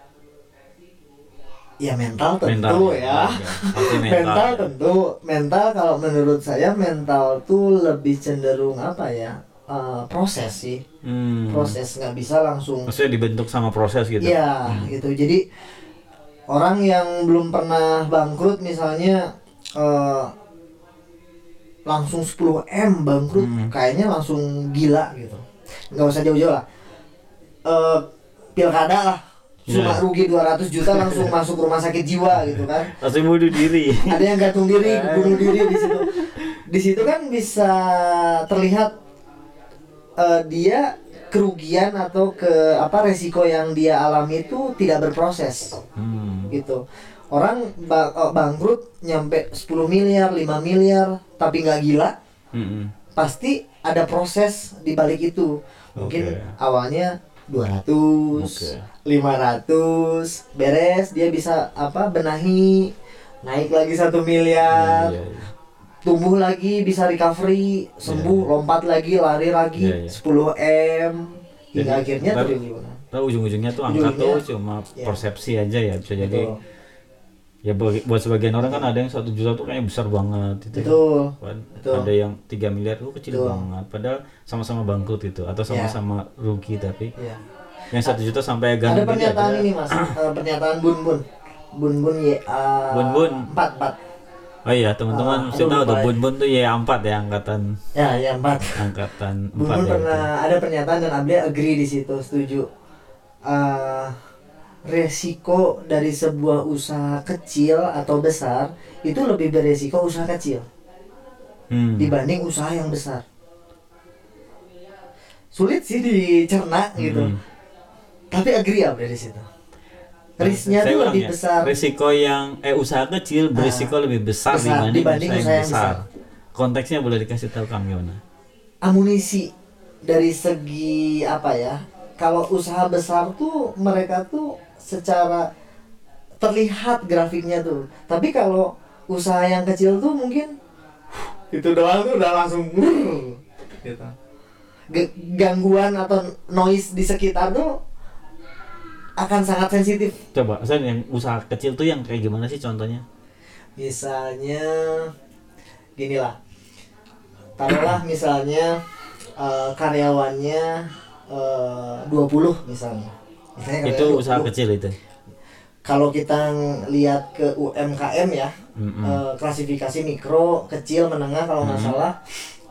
Ya mental tentu mental, ya, ya. mental, mental ya. tentu mental kalau menurut saya mental tuh lebih cenderung apa ya uh, proses sih, hmm. proses nggak bisa langsung. Maksudnya dibentuk sama proses gitu. Iya hmm. gitu. Jadi orang yang belum pernah bangkrut misalnya uh, langsung sepuluh M bangkrut, hmm. kayaknya langsung gila gitu. Nggak usah jauh-jauh lah. Uh, pilkada lah. Cuma yeah. rugi dua ratus juta langsung masuk rumah sakit jiwa gitu kan. Langsung bunuh diri. Ada yang gantung diri, bunuh diri di situ. Di situ kan bisa terlihat uh, dia kerugian atau ke apa resiko yang dia alami itu tidak berproses. Hmm. Gitu. Orang ba- bangkrut nyampe sepuluh miliar, lima miliar tapi nggak gila. Mm-hmm. Pasti ada proses di balik itu. Mungkin okay. awalnya dua ratus, okay. lima ratus beres dia bisa apa benahi naik lagi satu miliar. Iya, iya, iya. Tumbuh lagi bisa recovery sembuh Iya, iya. lompat lagi lari lagi Iya, iya. sepuluh M hingga Jadi, akhirnya ntar- triliunan. Tahu ujung-ujungnya tuh angka tuh Ujung-ujungnya, cuma iya. persepsi aja ya, bisa jadi Betul. ya bagi- buat sebagian orang kan ada yang satu juta tuh kayaknya besar banget gitu. Betul. Kan Betul. ada yang tiga miliar tuh kecil Betul. banget, padahal sama-sama bangkrut gitu atau sama-sama rugi, tapi Iya. yang satu juta sampai ganti Ada pernyataan ini mas, eh, pernyataan Bun Bun, Bun Bun Y A Bun Bun. empat empat. Oh iya teman-teman, Ah, saya aduh, tahu tuh lupa ya. Bun Bun tuh ya empat ya, angkatan Ya ya empat. angkatan Bun empat Bun ya. pernah ada pernyataan dan Abdi agree di situ, setuju. Eh, resiko dari sebuah usaha kecil atau besar itu lebih beresiko usaha kecil Hmm. dibanding usaha yang besar. Sulit sih dicerna gitu, Hmm. tapi agree Abdi di situ. Risknya Saya tuh ulang lebih ya, besar. risiko yang eh usaha kecil berisiko lebih besar, besar dibanding, dibanding usaha yang usaha yang besar. besar. Konteksnya boleh dikasih tahu Kang gimana? Amunisi dari segi apa ya, kalau usaha besar tuh mereka tuh secara terlihat grafiknya tuh, tapi kalau usaha yang kecil tuh mungkin itu doang tuh udah langsung gitu. G- gangguan atau noise di sekitar tuh akan sangat sensitif. Coba, saya yang usaha kecil tuh yang kayak gimana sih contohnya? Misalnya gini lah, taruhlah misalnya eh, karyawannya eh, dua puluh misalnya. Misalnya Itu karyawannya usaha dua puluh. kecil itu. Kalau kita lihat ke U M K M ya, Mm-mm. eh, klasifikasi mikro, kecil, menengah kalau nggak Mm-mm. salah,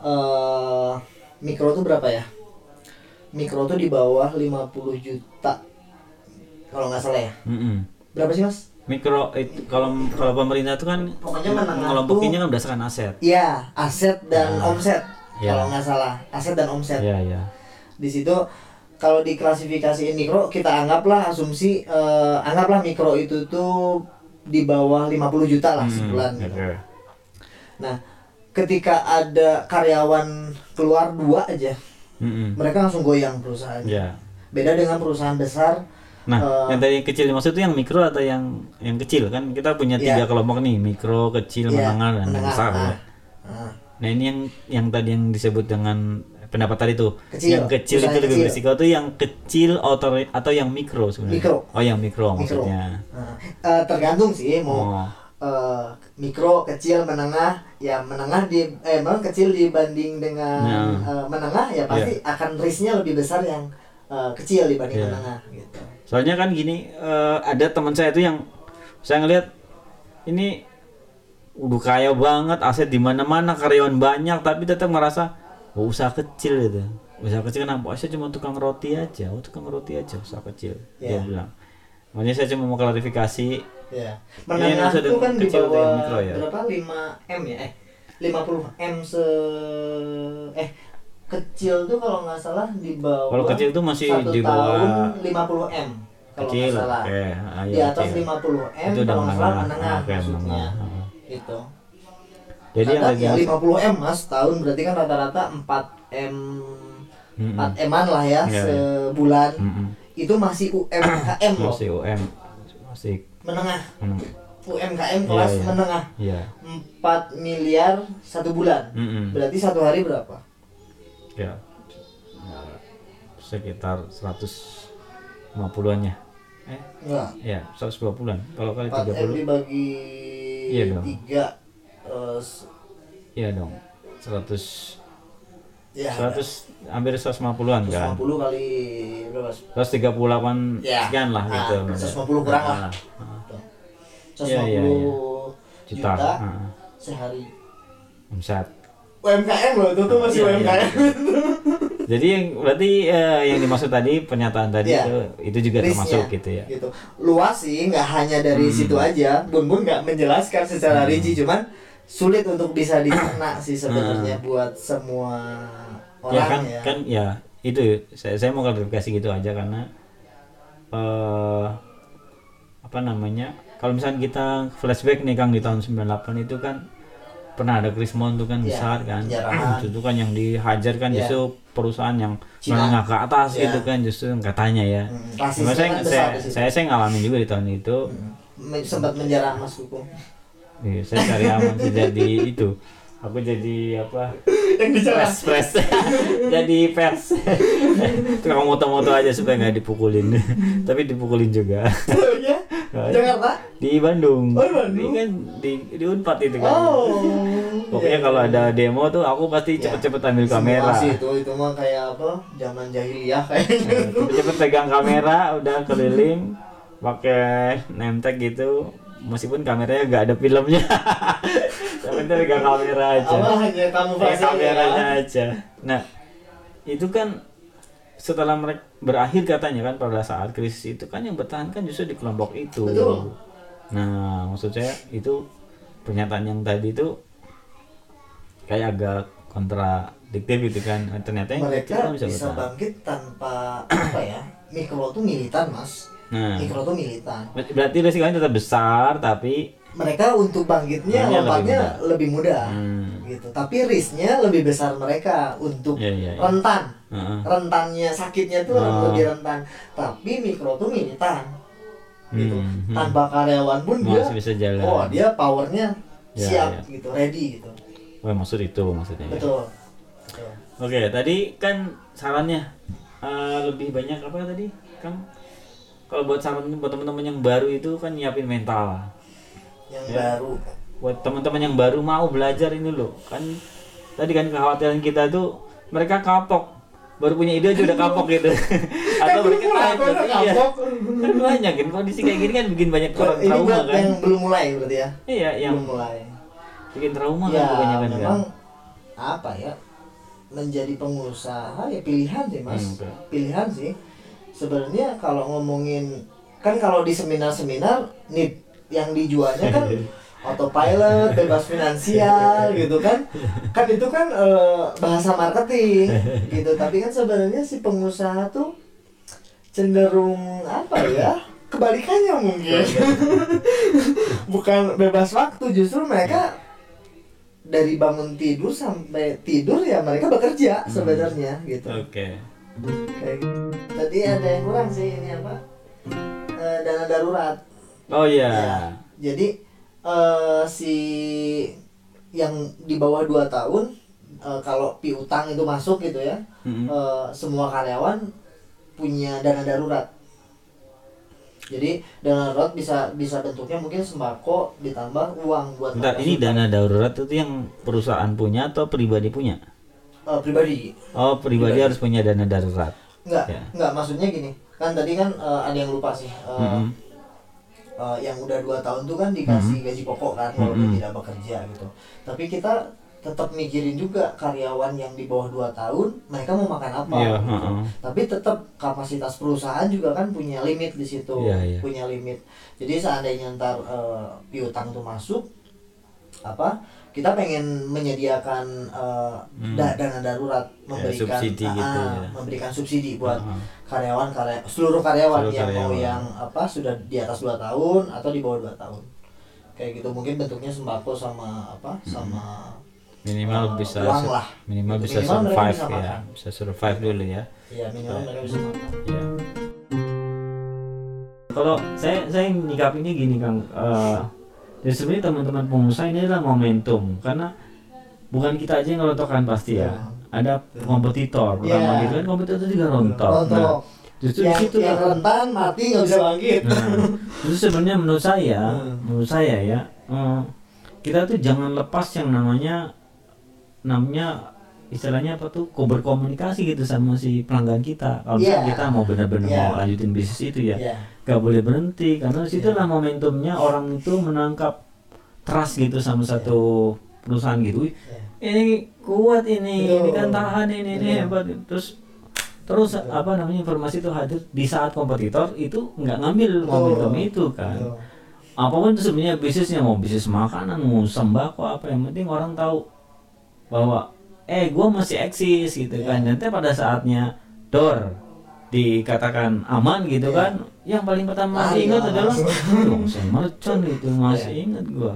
eh, mikro tuh berapa ya? Mikro tuh di bawah lima puluh juta kalau nggak salah ya. Mm-mm. Berapa sih mas? Mikro itu kalau kalau pemerintah itu kan Pokoknya menengah ngelompokinnya kan berdasarkan aset. Iya, aset dan Ah, omset iya. kalau nggak salah, aset dan omset. Iya, iya. Di situ kalau diklasifikasiin mikro, kita anggaplah asumsi eh, anggaplah mikro itu tuh di bawah lima puluh juta lah Hmm, sebulan gitu. oke. Nah, ketika ada karyawan keluar dua aja, Mm-mm. mereka langsung goyang perusahaannya. Ya. Beda dengan perusahaan besar. Nah, eh, yang tadi yang kecil dimaksud itu yang mikro atau yang yang kecil kan kita punya Iya. tiga kelompok nih, mikro, kecil, Iya, menengah dan menengah, besar. ah. Ya. ah, Nah ini yang yang tadi yang disebut dengan pendapat tadi tuh, Kecil, yang kecil usaha itu lebih kecil. berisiko tuh yang kecil atau atau yang mikro sebenarnya. Mikro. Oh yang mikro, Mikro. maksudnya. ah. Eh, tergantung sih mau Oh. eh, mikro, kecil, menengah. Ya menengah di eh memang kecil dibanding dengan Ya. eh, menengah ya pasti akan risknya lebih besar yang eh, kecil dibanding Ya. menengah gitu. Soalnya kan gini, eh, ada teman saya itu yang saya ngelihat ini udah kaya banget, aset di mana-mana, karyawan banyak, tapi tetap merasa oh, usaha kecil itu. Usaha kecil kenapa? Oh, saya cuma tukang roti aja, oh tukang roti aja, usaha kecil. Dia Ya. bilang. Makanya saya cuma mau klarifikasi. Ya. Ini Menengah maksudnya itu kan di kecil atau yang bawah mikro ya? berapa? lima M ya? Eh lima puluh M se eh kecil tuh kalau nggak salah di bawah. Kalau kecil tuh masih satu di bawah tahun lima puluh M kalau kecil, nggak salah. oke. Ah, Di iya, atas kecil. lima puluh M Itu udah kalau nggak salah menengah. menengah Oke, maksudnya. menengah. Gitu. Jadi yang Kadang lagi ya masuk- lima puluh M mas tahun berarti kan rata-rata empat M Mm-mm. empat M-an lah ya Iya, iya. sebulan. Mm-mm. Itu masih U M K M loh. Masih U M, masih Menengah. mm, U M K M Iya, kelas iya. menengah. iya. empat miliar satu bulan. Mm-mm. Berarti satu hari berapa? Ya, ya, sekitar seratus lima puluhan ya. Eh, Enggak. ya seratus dua puluhan. Kalau kali empat tiga M puluh, dibagi Iya dong. tiga eh, s- iya dong. seratus ya seratus hampir seratus lima puluhan seratus lima kan. puluh kali berapa? seratus tiga puluh delapan Ya. sekian lah Ah, gitu. seratus lima puluh kurang lah. Ah, seratus Iya, lima iya, puluh juta. juta Ah, sehari. omset. U M K M loh, itu tuh masih Iya, U M K M. Jadi yang berarti eh, yang dimaksud tadi pernyataan tadi Iya. itu itu juga Risknya, termasuk gitu ya. Gitu. Luas sih, nggak hanya dari Hmm. situ aja. Bun Bun nggak menjelaskan secara Hmm. rinci, cuman sulit untuk bisa dicerna sih sebenarnya buat semua orang Ya kan ya. kan ya itu saya saya mau klarifikasi gitu aja karena eh apa namanya, kalau misalnya kita flashback nih Kang di tahun sembilan puluh delapan itu kan pernah ada Krismon tuh kan Iya, besar kan. penjarahan. Itu tuh kan yang dihajar kan Iya. justru perusahaan yang Cina. menengah ke atas Ya. gitu kan justru katanya ya. Hmm, Cuma rasisnya saya, kan saya, besar di situ. saya saya ngalamin juga di tahun itu. Hmm. Men- sempat menjarah Mas Kuku. Iya, saya cari aman sih jadi itu. Aku jadi apa? Yang dijarah. Pers, pers. Jadi pers. Tukang moto-moto aja supaya nggak dipukulin. Tapi dipukulin juga. Oh iya? Jakarta? Di Bandung. Oh, di Bandung? Ini kan di di Unpad itu kan. Oh. Pokoknya Iya, kalau iya. ada demo tuh aku pasti Ya. cepet-cepet ambil kamera. Simulasi itu itu mah kayak apa? Zaman jahiliyah kayaknya. Nah, cepet-cepet pegang kamera, udah keliling, pakai name tag gitu. Meskipun kameranya nggak ada filmnya, tapi itu pegang kamera aja. Apa hanya kamu Pakai pasti kameranya ya? aja. Nah, itu kan setelah mereka berakhir katanya kan pada saat krisis itu kan yang bertahan kan justru di kelompok itu. Betul. Nah, maksud saya itu pernyataan yang tadi itu kayak agak kontradiktif gitu kan. Ternyata yang itu Mereka kan bisa bisa bertahan. bangkit tanpa apa ya? Mikro tuh militan, Mas. Nah, Mikro tuh militan. berarti resikonya tetap besar tapi Mereka untuk bangkitnya Bangkitnya lompatnya lebih lebih mudah, Hmm. gitu. Tapi risknya lebih besar mereka untuk Iya, iya, iya. rentan. Heeh. Rentannya sakitnya tuh Oh. lebih rentan. Tapi mikro tuh militan, gitu. Hmm, hmm. Tanpa karyawan pun dia, Masih bisa jalan. oh dia powernya Ya, siap, ya. gitu, ready, gitu. Wah, maksud itu maksudnya. ya. Betul. Betul. Oke, tadi kan sarannya eh, lebih banyak apa tadi? Kan kalau buat saran buat teman-teman yang baru itu kan nyiapin mental. Yang Ya. baru. Buat teman-teman yang baru mau belajar ini loh. Kan tadi kan kekhawatiran kita tuh mereka kapok. Baru punya ide aja udah kapok gitu. Atau Kan belum mereka mulai, takut. kok udah Iya. kapok. Kan banyak kan kondisi kayak gini kan bikin banyak orang Ini trauma buat kan. yang belum mulai berarti ya. Iya, yang Belum mulai. bikin trauma Ya kan kebanyakan kan. memang apa ya, menjadi pengusaha ya pilihan sih Mas. Hmm, oke. Pilihan sih. Sebenarnya kalau ngomongin kan kalau di seminar-seminar nih yang dijualnya kan autopilot, bebas finansial gitu kan. Kan itu kan eh, bahasa marketing gitu. Tapi kan sebenarnya si pengusaha tuh cenderung apa ya? Kebalikannya mungkin. Bukan bebas waktu, justru mereka dari bangun tidur sampai tidur ya mereka bekerja sebenarnya gitu. Oke. Kayak gitu. Tadi ada yang kurang sih ini apa? Eh, dana darurat. Oh iya. Ya, jadi eh, si yang di bawah dua tahun eh, kalau piutang itu masuk gitu ya, Mm-mm. eh, semua karyawan punya dana darurat. Jadi dana darurat bisa bisa bentuknya mungkin sembako ditambah uang buat Bentar, makan ini sutra. dana darurat itu yang perusahaan punya atau pribadi punya? Eh, pribadi. Oh, pribadi Pribadi. harus punya dana darurat. Enggak, Ya. enggak maksudnya gini. Kan tadi kan eh, ada yang lupa sih. Eh, Mm-mm. eh, yang udah dua tahun tuh kan dikasih gaji pokok kan walaupun Mm-mm. tidak bekerja gitu. Tapi kita tetap mikirin juga karyawan yang di bawah dua tahun mereka mau makan apa. Iya, gitu. heeh. Tapi tetap kapasitas perusahaan juga kan punya limit di situ. Iya, iya. Punya limit. Jadi seandainya ntar eh, piutang tuh masuk apa? Kita pengen menyediakan eh, Hmm. da- dana darurat, memberikan subsidi ah, gitu ah, ya. memberikan subsidi buat Heeh. karyawan karya seluruh karyawan Seluruh yang mau karyawan. yang apa sudah di atas dua tahun atau di bawah dua tahun kayak gitu, mungkin bentuknya sembako sama apa sama Minimal eh, bisa uang su- lah. minimal Gitu. bisa Minimal mereka survive bisa ya. makan. Bisa survive dulu ya. ya minimal mereka bisa makan. Ya. Kalau saya saya nyikapinnya gini Kang, eh jadi sebenarnya teman-teman pengusaha ini adalah momentum karena bukan kita aja yang rontokan pasti ya. Ya. Ada kompetitor, Ya. pertama gitu kan kompetitor juga rontok. Rontok. Nah, justru di yang, situ yang kan. rentan mati nggak bisa bangkit. Nah, justru sebenarnya menurut saya, Hmm. menurut saya ya, eh, kita tuh jangan lepas yang namanya namanya istilahnya apa tuh ko- berkomunikasi gitu sama si pelanggan kita. Kalau misalnya Yeah. kita mau benar-benar Yeah. mau lanjutin bisnis itu ya, Ya. gak boleh berhenti karena situlah Yeah. momentumnya orang itu menangkap trust gitu sama satu perusahaan gitu. Wih, Ya. ini kuat ini, Betul. ini kan tahan ini, ini Betul. hebat. Terus terus Betul. apa namanya informasi itu hadir di saat kompetitor itu nggak ngambil Betul. momentum itu kan. Betul. Apapun itu sebenarnya bisnisnya, mau bisnis makanan, mau sembako apa, yang penting orang tahu bahwa eh gue masih eksis gitu Yeah. kan. Nanti pada saatnya door dikatakan aman gitu Yeah. kan, yang paling pertama masih Lari ingat lah adalah langsung. dong saya mercon itu masih Yeah. ingat gue.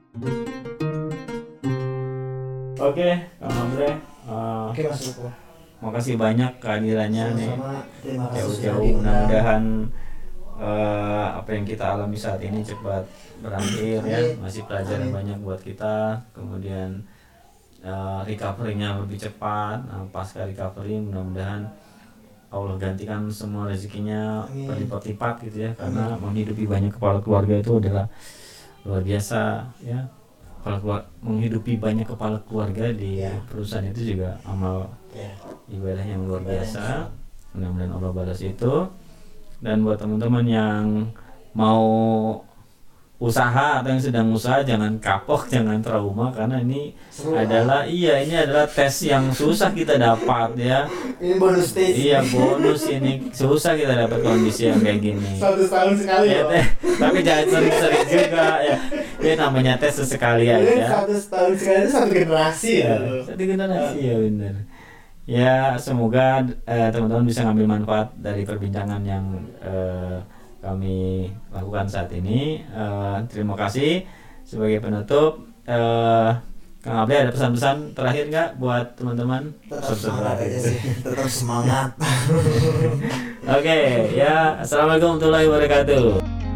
Oke, Kang Andre, uh, Oke Mas Buku. makasih banyak kehadirannya nih. Sama-sama. Terima kasih Jauh-jauh sudah diundang. mudah-mudahan eh, apa yang kita alami saat ini cepat berakhir ya. Amin. Masih pelajaran Amin. banyak buat kita. Kemudian eh, recovery-nya lebih cepat. Nah, pasca recovery mudah-mudahan Allah gantikan semua rezekinya Amin. berlipat-lipat gitu ya. Karena menghidupi banyak kepala keluarga itu adalah luar biasa ya. Kepala keluar- menghidupi banyak kepala keluarga di Ya. perusahaan itu juga amal Ya. ibadah yang luar Ibadah biasa. yang Mudah-mudahan Allah balas itu. Dan buat teman-teman yang mau usaha atau yang sedang usaha, jangan kapok, jangan trauma, karena ini Seru, adalah iya ini adalah tes yang susah kita dapat ya. Ini bonus stage. Iya, bonus ini susah kita dapat kondisi yang kayak gini. Satu tahun sekali Ya, loh. teh, tapi jangan sering-sering juga ya. Ya namanya tes sesekali Ini aja. satu tahun sekali itu satu generasi ya. Ya, satu generasi ya benar. Ya semoga eh, teman-teman bisa ngambil manfaat dari perbincangan yang eh, kami lakukan saat ini. Eh, terima kasih. Sebagai penutup, eh, Kang Abdi ada pesan-pesan terakhir nggak buat teman-teman? Tetap Pesan semangat terakhir. aja sih. Tetap semangat. Oke, ya assalamualaikum warahmatullahi wabarakatuh.